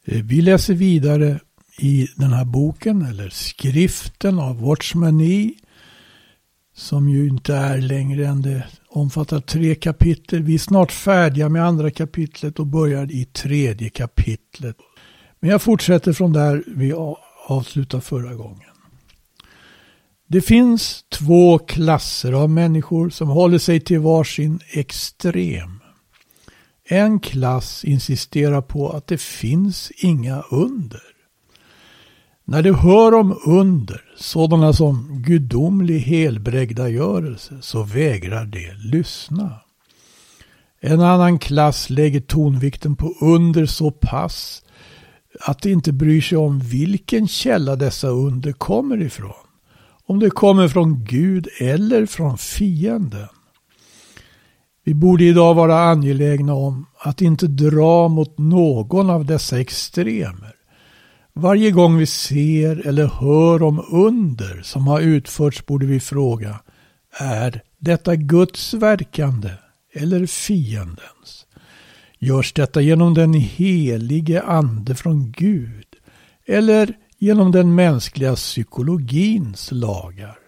Vi läser vidare i den här boken, eller skriften av Watchman Nee, som ju inte är längre än det omfattar 3 kapitel. Vi är snart färdiga med andra kapitlet och börjar i 3:e kapitlet. Men jag fortsätter från där vi avslutade förra gången. Det finns 2 klasser av människor som håller sig till varsin extrem. En klass insisterar på att det finns inga under. När de hör om under, sådana som gudomlig helbrägdagörelse, så vägrar de lyssna. En annan klass lägger tonvikten på under så pass att de inte bryr sig om vilken källa dessa under kommer ifrån. Om det kommer från Gud eller från fienden. Vi borde idag vara angelägna om att inte dra mot någon av dessa extremer. Varje gång vi ser eller hör om under som har utförts borde vi fråga: är detta Guds verkande eller fiendens? Görs detta genom den helige ande från Gud eller genom den mänskliga psykologins lagar?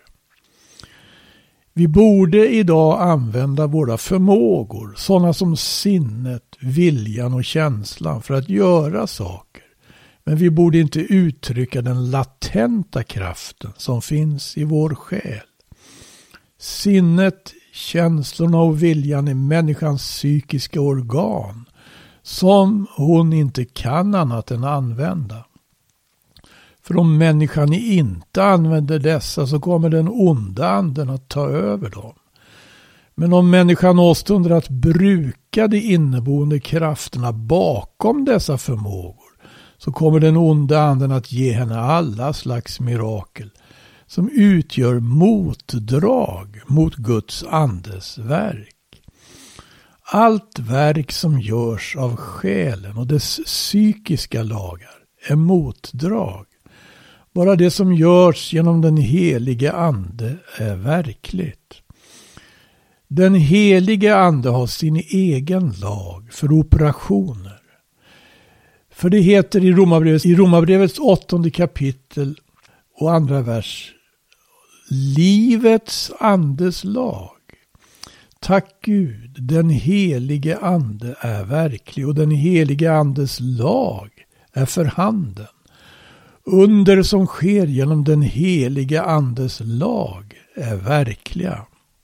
Vi borde idag använda våra förmågor, sådana som sinnet, viljan och känslan, för att göra saker. Men vi borde inte uttrycka den latenta kraften som finns i vår själ. Sinnet, känslorna och viljan är människans psykiska organ som hon inte kan annat än använda. För om människan inte använder dessa så kommer den onda anden att ta över dem. Men om människan åstundar att bruka de inneboende krafterna bakom dessa förmågor så kommer den onda anden att ge henne alla slags mirakel som utgör motdrag mot Guds andes verk. Allt verk som görs av själen och dess psykiska lagar är motdrag. Bara det som görs genom den helige ande är verkligt. Den helige ande har sin egen lag för operationer. För det heter i Romarbrevets 8:e kapitel och 2:a vers: livets andes lag. Tack Gud, den helige ande är verklig och den helige andes lag är för handen. Under som sker genom den helige andes lag är verkliga.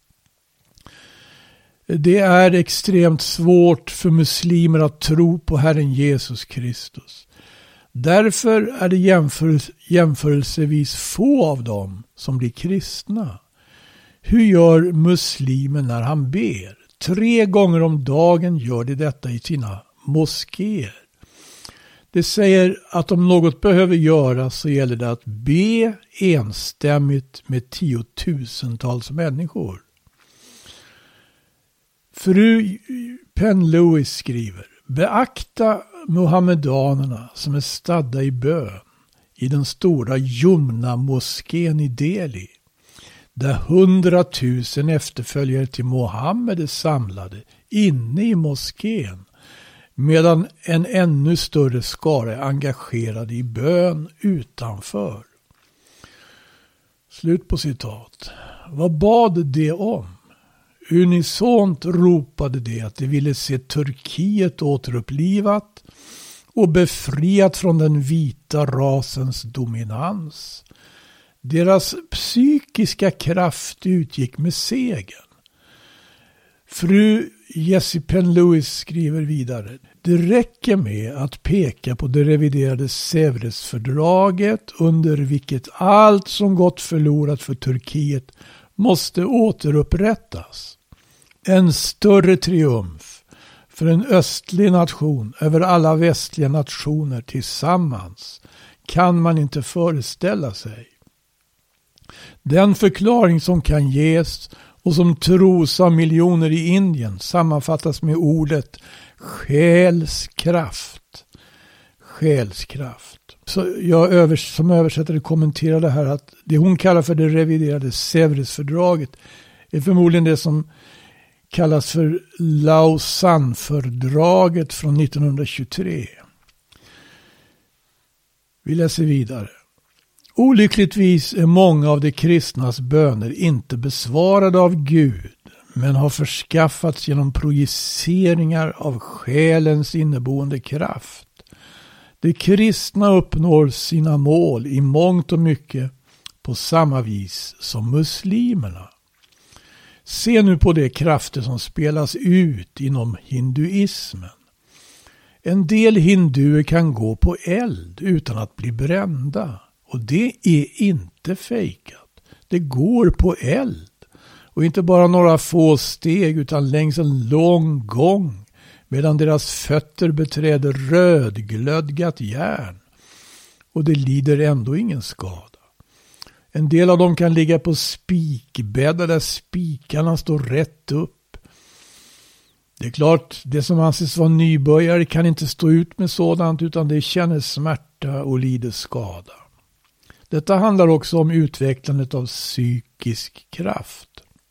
Det är extremt svårt för muslimer att tro på Herren Jesus Kristus. Därför är det jämförelsevis få av dem som blir kristna. Hur gör muslimen när han ber? 3 gånger om dagen gör de detta i sina moskéer. Det säger att om något behöver göras så gäller det att be enstämmigt med tiotusentals människor. Fru Penn Lewis skriver: beakta muhammedanerna som är stadda i bön i den stora Jumna-moskén i Delhi, där 100 000 efterföljare till Mohammed är samlade inne i moskén, medan en ännu större skara är engagerad i bön utanför. Slut på citat. Vad bad det om? Unisont ropade det att de ville se Turkiet återupplivat och befriat från den vita rasens dominans. Deras psykiska kraft utgick med segern. Fru Jessie Penn Lewis skriver vidare: det räcker med att peka på det reviderade Sèvresfördraget under vilket allt som gått förlorat för Turkiet måste återupprättas. En större triumf för en östlig nation över alla västliga nationer tillsammans kan man inte föreställa sig. Den förklaring som kan ges och som tros av miljoner i Indien sammanfattas med ordet själskraft. Själskraft. Så jag som översättare kommenterar det här att det hon kallar för det reviderade Sèvresfördraget är förmodligen det som kallas för Lausannefördraget från 1923. Vi läser vidare. Olyckligtvis är många av de kristnas böner inte besvarade av Gud, men har förskaffats genom projiceringar av själens inneboende kraft. De kristna uppnår sina mål i mångt och mycket på samma vis som muslimerna. Se nu på de krafter som spelas ut inom hinduismen. En del hinduer kan gå på eld utan att bli brända. Och det är inte fejkat. Det går på eld. Och inte bara några få steg utan längs en lång gång. Medan deras fötter beträder rödglödgat järn. Och det lider ändå ingen skada. En del av dem kan ligga på spikbäddar där spikarna står rätt upp. Det är klart, det som anses vara nybörjare kan inte stå ut med sådant utan det känner smärta och lider skada. Detta handlar också om utvecklandet av psykisk kraft.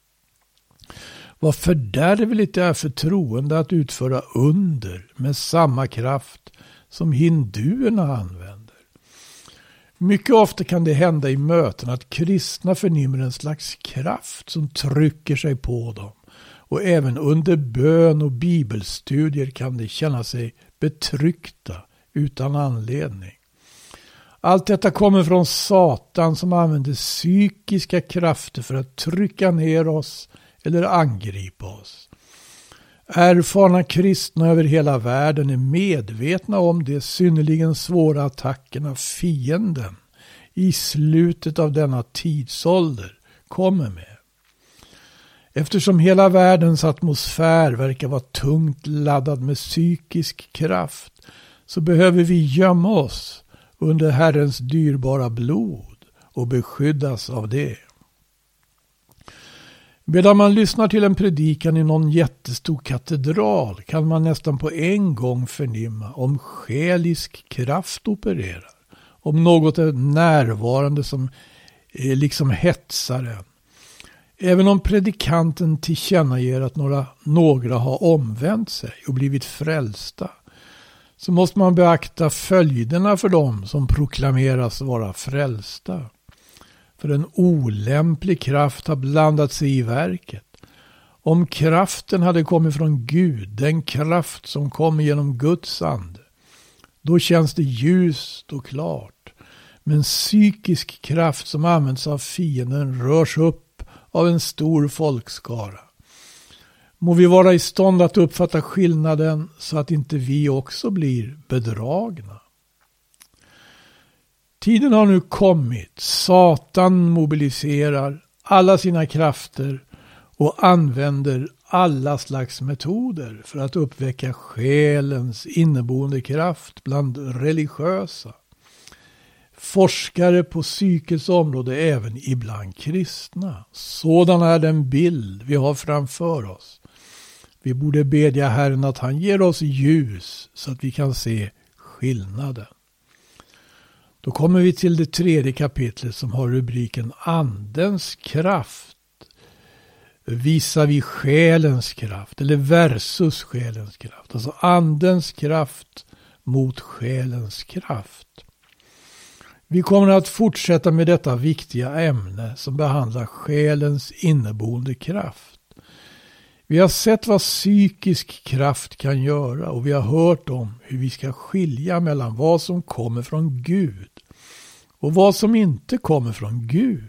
Vad fördärvligt det är för troende att utföra under med samma kraft som hinduerna använder. Mycket ofta kan det hända i möten att kristna förnimmer en slags kraft som trycker sig på dem. Och även under bön och bibelstudier kan de känna sig betryckta utan anledning. Allt detta kommer från Satan som använder psykiska krafter för att trycka ner oss eller angripa oss. Erfarna kristna över hela världen är medvetna om de synnerligen svåra attackerna fienden i slutet av denna tidsålder kommer med. Eftersom hela världens atmosfär verkar vara tungt laddad med psykisk kraft så behöver vi gömma oss under Herrens dyrbara blod och beskyddas av det. Medan man lyssnar till en predikan i någon jättestor katedral kan man nästan på en gång förnimma om själisk kraft opererar. Om något är närvarande som liksom hetsar en. Även om predikanten tillkännager att några har omvänt sig och blivit frälsta så måste man beakta följderna för dem som proklameras vara frälsta. För en olämplig kraft har blandat sig i verket. Om kraften hade kommit från Gud, den kraft som kommer genom Guds ande, då känns det ljust och klart. Men psykisk kraft som används av fienden rörs upp av en stor folkskara. Må vi vara i stånd att uppfatta skillnaden så att inte vi också blir bedragna. Tiden har nu kommit. Satan mobiliserar alla sina krafter och använder alla slags metoder för att uppväcka själens inneboende kraft bland religiösa. Forskare på psykets område även ibland kristna. Sådan är den bild vi har framför oss. Vi borde bedja Herren att han ger oss ljus så att vi kan se skillnaden. Då kommer vi till det 3:e kapitlet som har rubriken Andens kraft. Visar vi själens kraft eller versus själens kraft. Alltså andens kraft mot själens kraft. Vi kommer att fortsätta med detta viktiga ämne som behandlar själens inneboende kraft. Vi har sett vad psykisk kraft kan göra och vi har hört om hur vi ska skilja mellan vad som kommer från Gud och vad som inte kommer från Gud.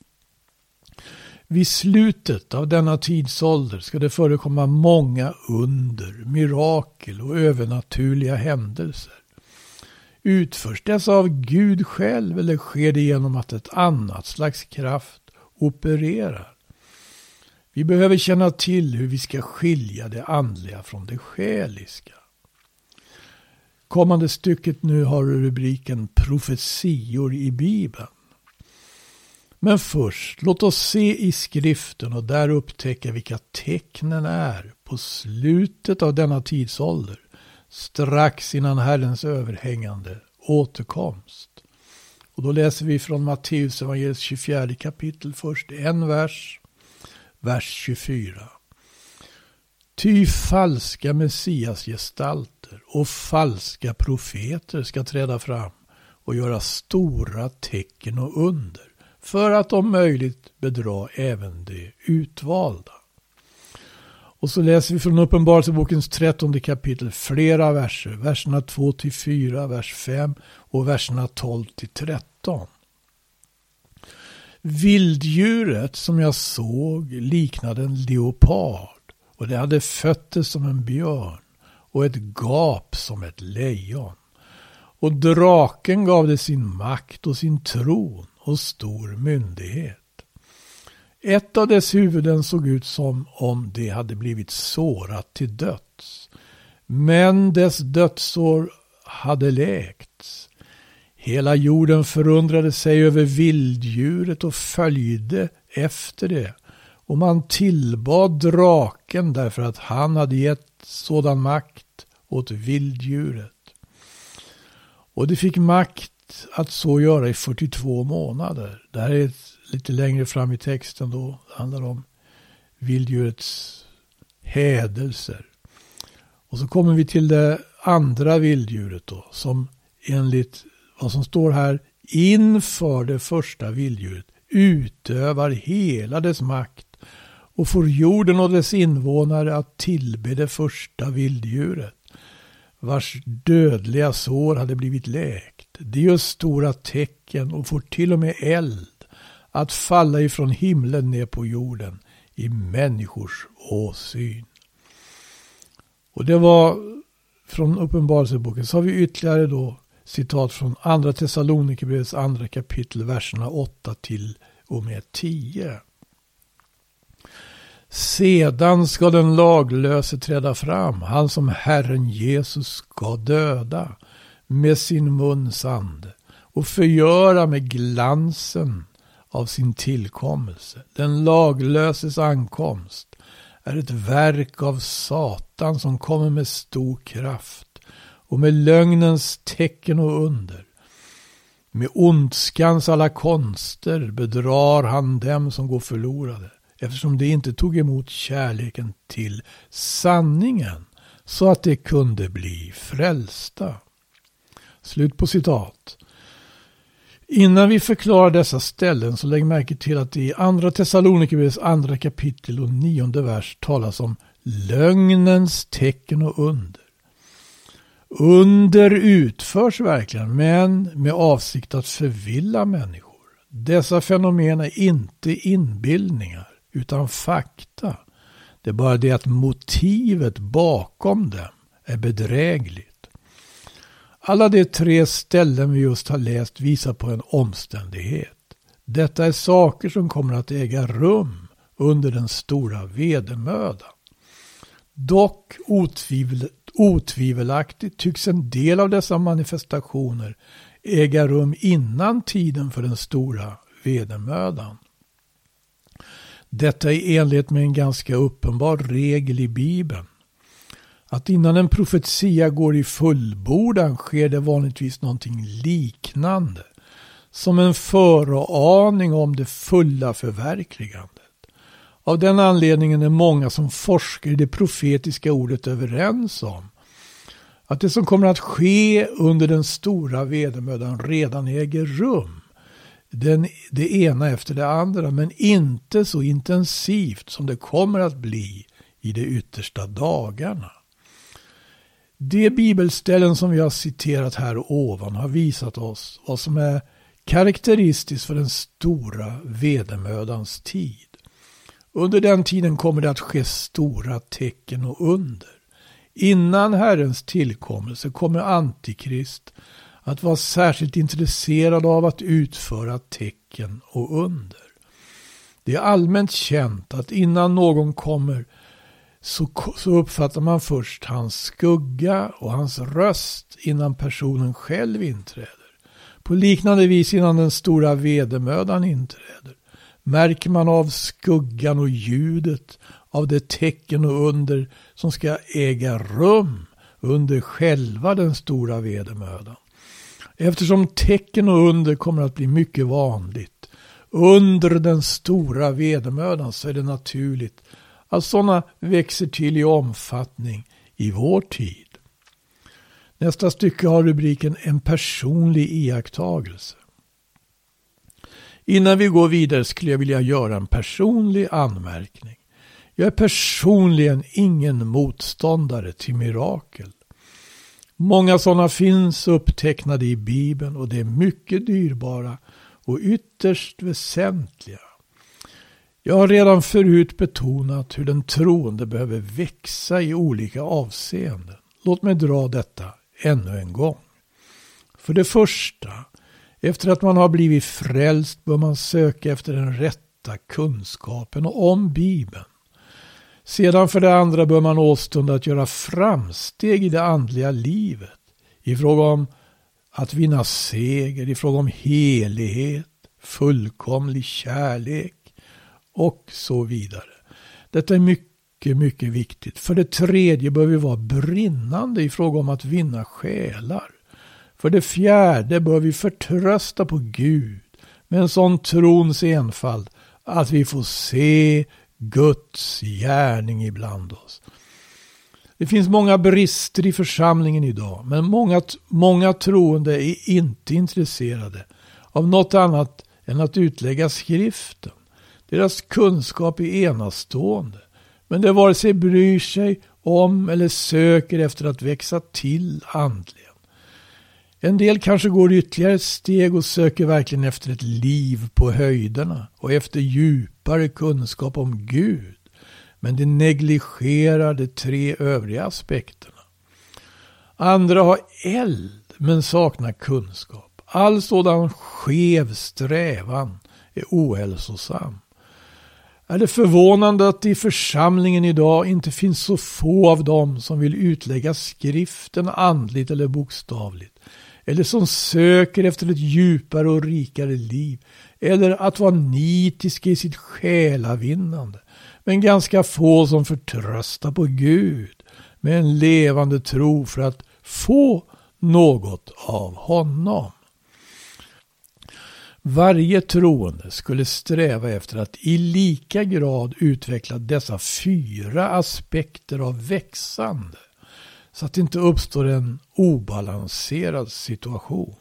Vid slutet av denna tidsålder ska det förekomma många under, mirakel och övernaturliga händelser. Utförs dessa av Gud själv eller sker det genom att ett annat slags kraft opererar? Vi behöver känna till hur vi ska skilja det andliga från det själiska. Kommande stycket nu har rubriken Profetior i Bibeln. Men först, låt oss se i skriften och där upptäcka vilka tecknen är på slutet av denna tidsålder, strax innan Herrens överhängande återkomst. Och då läser vi från Matteus evangeliets 24 kapitel först en vers 24. Ty falska messiasgestalter och falska profeter ska träda fram och göra stora tecken och under, för att om möjligt bedra även de utvalda. Och så läser vi från Uppenbarelsebokens 13 kapitel flera verser, verserna 2-4, vers 5 och verserna 12-13. Vilddjuret som jag såg liknade en leopard, och det hade fötter som en björn och ett gap som ett lejon. Och draken gav det sin makt och sin tron och stor myndighet. Ett av dess huvuden såg ut som om det hade blivit sårat till döds, men dess dödssår hade läkts. Hela jorden förundrade sig över vilddjuret och följde efter det, och man tillbad draken därför att han hade gett sådan makt åt vilddjuret. Och det fick makt att så göra i 42 månader. Det här är lite längre fram i texten då. Det handlar om vilddjurets hädelser. Och så kommer vi till det andra vilddjuret då, som enligt vad som står här inför det första vilddjuret utövar hela dess makt och får jorden och dess invånare att tillbe det första vilddjuret, vars dödliga sår hade blivit läkt. Det gör stora tecken och får till och med eld att falla ifrån himlen ner på jorden i människors åsyn. Och det var från Uppenbarelseboken. Så har vi ytterligare då citat från andra Thessalonikerbrevets 2 kapitel, verserna 8-10. Sedan ska den laglöse träda fram, han som Herren Jesus ska döda med sin muns ande och förgöra med glansen av sin tillkommelse. Den laglöses ankomst är ett verk av Satan som kommer med stor kraft och med lögnens tecken och under. Med ondskans alla konster bedrar han dem som går förlorade, eftersom de inte tog emot kärleken till sanningen så att de kunde bli frälsta. Slut på citat. Innan vi förklarar dessa ställen så lägg märke till att det i andra Thessalonikerbrevets 2 kapitel och 9 vers talas om lögnens tecken och under. Under utförs verkligen, men med avsikt att förvilla människor. Dessa fenomen är inte inbildningar utan fakta. Det är bara det att motivet bakom dem är bedrägligt. Alla de 3 ställen vi just har läst visar på en omständighet. Detta är saker som kommer att äga rum under den stora vedermödan. Dock otvivelaktigt tycks en del av dessa manifestationer äga rum innan tiden för den stora vedermödan. Detta är i enlighet med en ganska uppenbar regel i Bibeln. Att innan en profetia går i fullbordan sker det vanligtvis någonting liknande, som en föraning om det fulla förverkligandet. Av den anledningen är många som forskar i det profetiska ordet överens om att det som kommer att ske under den stora vedermödan redan äger rum. Det ena efter det andra, men inte så intensivt som det kommer att bli i de yttersta dagarna. De bibelställen som vi har citerat här ovan har visat oss vad som är karaktäristiskt för den stora vedermödans tid. Under den tiden kommer det att ske stora tecken och under. Innan Herrens tillkommelse kommer Antikrist att vara särskilt intresserad av att utföra tecken och under. Det är allmänt känt att innan någon kommer så uppfattar man först hans skugga och hans röst innan personen själv inträder. På liknande vis innan den stora vedermödan inträder märker man av skuggan och ljudet av det tecken och under som ska äga rum under själva den stora vedermödan. Eftersom tecken och under kommer att bli mycket vanligt under den stora vedermödan så är det naturligt att sådana växer till i omfattning i vår tid. Nästa stycke har rubriken En personlig iakttagelse. Innan vi går vidare skulle jag vilja göra en personlig anmärkning. Jag är personligen ingen motståndare till mirakel. Många sådana finns upptecknade i Bibeln och det är mycket dyrbara och ytterst väsentliga. Jag har redan förut betonat hur den troende behöver växa i olika avseenden. Låt mig dra detta ännu en gång. För det första, efter att man har blivit frälst bör man söka efter den rätta kunskapen om Bibeln. Sedan för det andra bör man åstunda att göra framsteg i det andliga livet. I fråga om att vinna seger, i fråga om helighet, fullkomlig kärlek och så vidare. Detta är mycket, mycket viktigt. För det tredje bör vi vara brinnande i fråga om att vinna själar. För det fjärde bör vi förtrösta på Gud med en sån trons enfald att vi får se Guds gärning ibland oss. Det finns många brister i församlingen idag, men många troende är inte intresserade av något annat än att utlägga skriften. Deras kunskap är enastående, men de vare sig bryr sig om eller söker efter att växa till andligen. En del kanske går ytterligare ett steg och söker verkligen efter ett liv på höjderna och efter djupare kunskap om Gud. Men de negligerar de 3 övriga aspekterna. Andra har eld men saknar kunskap. All sådan skev strävan är ohälsosam. Är det förvånande att det i församlingen idag inte finns så få av dem som vill utlägga skriften andligt eller bokstavligt, eller som söker efter ett djupare och rikare liv, eller att vara nitiska i sitt själavinnande, men ganska få som förtröstar på Gud med en levande tro för att få något av honom. Varje troende skulle sträva efter att i lika grad utveckla dessa 4 aspekter av växande, så att det inte uppstår en obalanserad situation.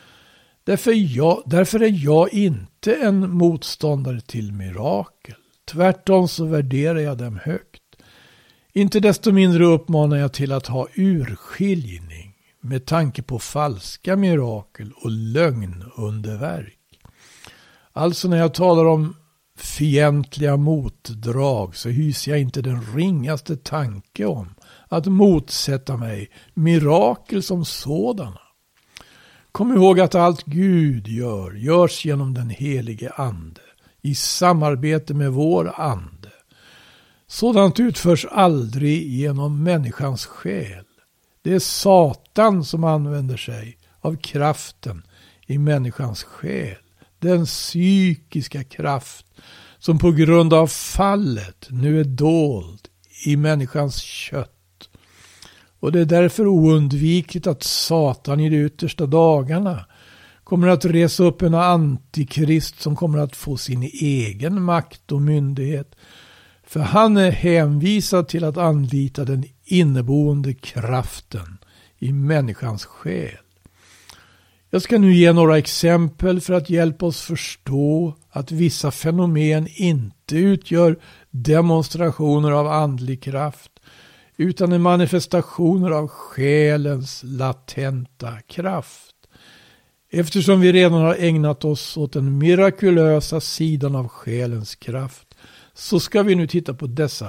Därför är jag inte en motståndare till mirakel. Tvärtom så värderar jag dem högt. Inte desto mindre uppmanar jag till att ha urskiljning med tanke på falska mirakel och lögnunderverk. Alltså när jag talar om fientliga motdrag så hyser jag inte den ringaste tanke om att motsätta mig mirakel som sådana. Kom ihåg att allt Gud görs genom den helige ande, i samarbete med vår ande. Sådant utförs aldrig genom människans själ. Det är Satan som använder sig av kraften i människans själ. Den psykiska kraft som på grund av fallet nu är dold i människans kött. Och det är därför oundvikligt att Satan i de yttersta dagarna kommer att resa upp en antikrist som kommer att få sin egen makt och myndighet. För han är hänvisad till att anlita den inneboende kraften i människans själ. Jag ska nu ge några exempel för att hjälpa oss förstå att vissa fenomen inte utgör demonstrationer av andlig kraft, utan är manifestationer av själens latenta kraft. Eftersom vi redan har ägnat oss åt den mirakulösa sidan av själens kraft, så ska vi nu titta på dess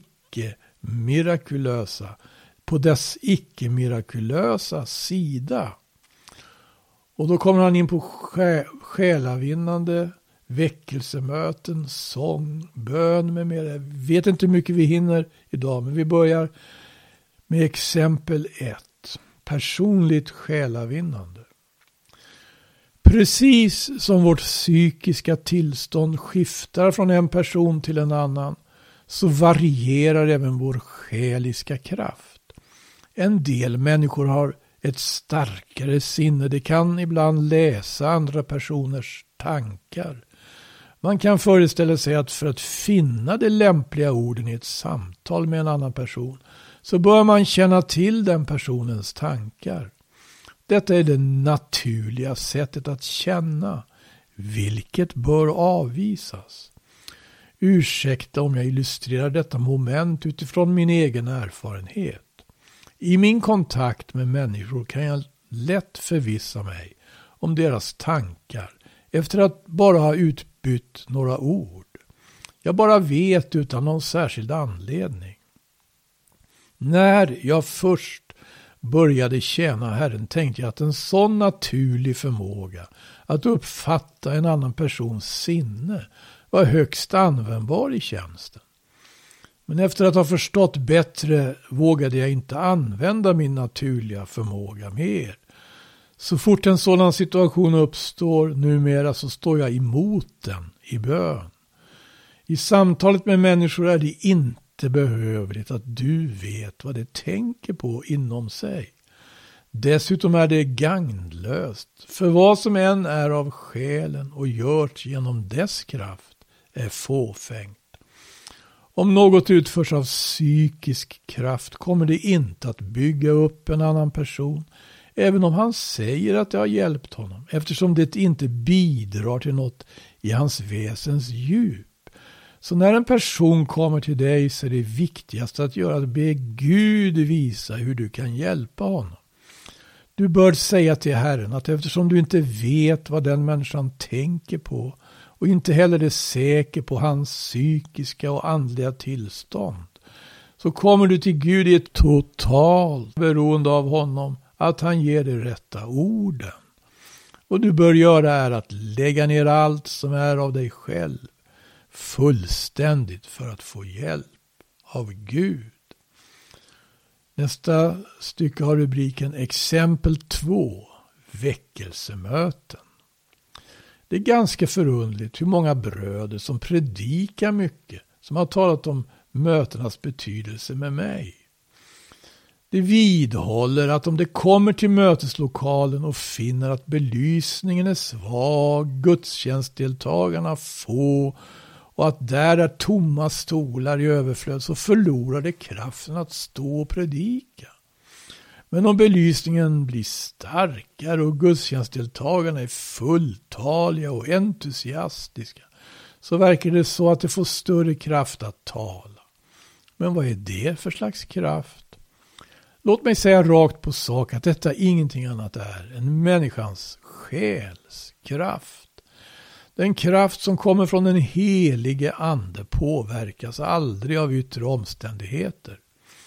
icke-mirakulösa sida. Och då kommer han in på själavinnande, väckelsemöten, sång, bön med mera. Jag vet inte hur mycket vi hinner idag, men vi börjar med exempel 1. Personligt själavinnande. Precis som vårt psykiska tillstånd skiftar från en person till en annan, så varierar även vår själiska kraft. En del människor har ett starkare sinne. Det kan ibland läsa andra personers tankar. Man kan föreställa sig att för att finna de lämpliga orden i ett samtal med en annan person, så bör man känna till den personens tankar. Detta är det naturliga sättet att känna, vilket bör avvisas. Ursäkta om jag illustrerar detta moment utifrån min egen erfarenhet. I min kontakt med människor kan jag lätt förvissa mig om deras tankar efter att bara ha utbytt några ord. Jag bara vet utan någon särskild anledning. När jag först började tjäna Herren tänkte jag att en sån naturlig förmåga att uppfatta en annan persons sinne var högst användbar i tjänsten. Men efter att ha förstått bättre vågade jag inte använda min naturliga förmåga mer. Så fort en sådan situation uppstår numera så står jag emot den i bön. I samtalet med människor är det inte behövligt att du vet vad de tänker på inom sig. Dessutom är det gagnlöst, för vad som än är av själen och görs genom dess kraft är fåfängt. Om något utförs av psykisk kraft kommer det inte att bygga upp en annan person, även om han säger att det har hjälpt honom, eftersom det inte bidrar till något i hans väsens djup. Så när en person kommer till dig så är det viktigast att göra att be Gud visa hur du kan hjälpa honom. Du bör säga till Herren att eftersom du inte vet vad den människan tänker på och inte heller är säker på hans psykiska och andliga tillstånd, så kommer du till Gud i ett totalt beroende av honom att han ger dig rätta orden. Och du bör göra är att lägga ner allt som är av dig själv fullständigt för att få hjälp av Gud. Nästa stycke har rubriken Exempel 2, väckelsemöten. Det är ganska förundligt hur många bröder som predikar mycket, som har talat om mötenas betydelse med mig. Det vidhåller att om det kommer till möteslokalen och finner att belysningen är svag, gudstjänstdeltagarna få och att där är tomma stolar i överflöd, så förlorar det kraften att stå och predika. Men om belysningen blir starkare och gudstjänstdeltagarna är fulltaliga och entusiastiska, så verkar det så att det får större kraft att tala. Men vad är det för slags kraft? Låt mig säga rakt på sak att detta ingenting annat är än människans själs kraft. Den kraft som kommer från den helige ande påverkas aldrig av yttre omständigheter.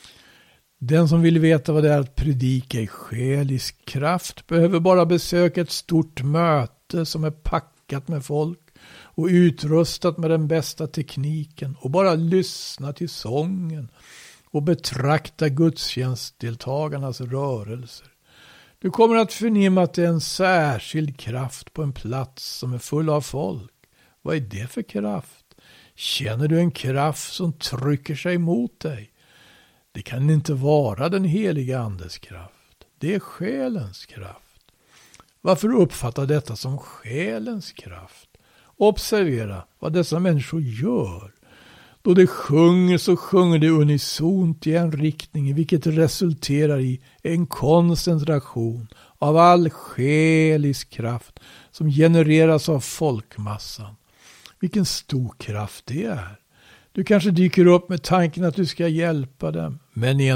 Den som vill veta vad det är att predika i själisk kraft behöver bara besöka ett stort möte som är packat med folk och utrustat med den bästa tekniken och bara lyssna till sången och betrakta gudstjänstdeltagarnas rörelser. Du kommer att förnimma att det är en särskild kraft på en plats som är full av folk. Vad är det för kraft? Känner du en kraft som trycker sig mot dig? Det kan inte vara den heliga andes kraft. Det är själens kraft. Varför uppfatta detta som själens kraft? Observera vad dessa människor gör. Då de sjunger så sjunger de unisont i en riktning, vilket resulterar i en koncentration av all själisk kraft som genereras av folkmassan. Vilken stor kraft det är. Du kanske dyker upp med tanken att du ska hjälpa dem, men i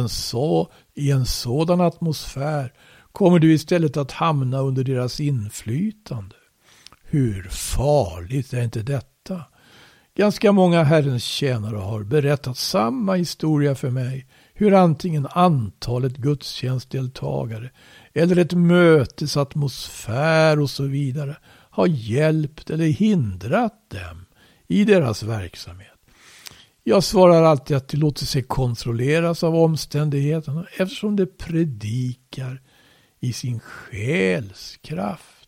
en sådan atmosfär kommer du istället att hamna under deras inflytande. Hur farligt är inte detta? Ganska många Herrens tjänare har berättat samma historia för mig, hur antingen antalet gudstjänstdeltagare eller ett mötes atmosfär och så vidare har hjälpt eller hindrat dem i deras verksamhet. Jag svarar alltid att det låter sig kontrolleras av omständigheterna eftersom det predikar i sin själs kraft.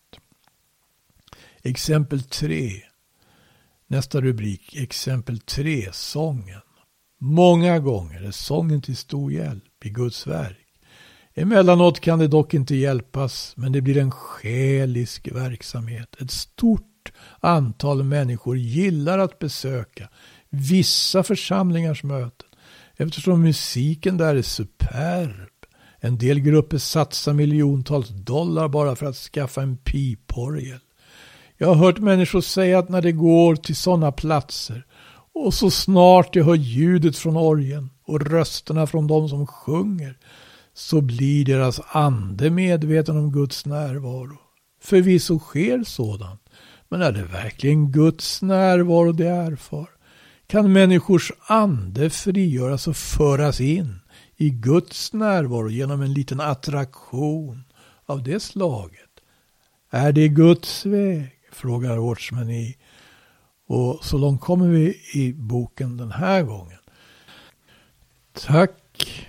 Exempel 3. Nästa rubrik, exempel 3, sången. Många gånger är sången till stor hjälp i Guds verk. Emellanåt kan det dock inte hjälpas, men det blir en själisk verksamhet. Ett stort antal människor gillar att besöka vissa församlingars möten eftersom musiken där är superb. En del grupper satsar miljontals dollar bara för att skaffa en piporgel. Jag har hört människor säga att när det går till sådana platser och så snart de hör ljudet från orgeln och rösterna från de som sjunger, så blir deras ande medveten om Guds närvaro. Förvisso sker sådant, men är det verkligen Guds närvaro de erfar? Kan människors ande frigöras och föras in i Guds närvaro genom en liten attraktion av det slaget? Är det Guds väg? Frågar Watchman Nee. Och så långt kommer vi i boken den här gången. Tack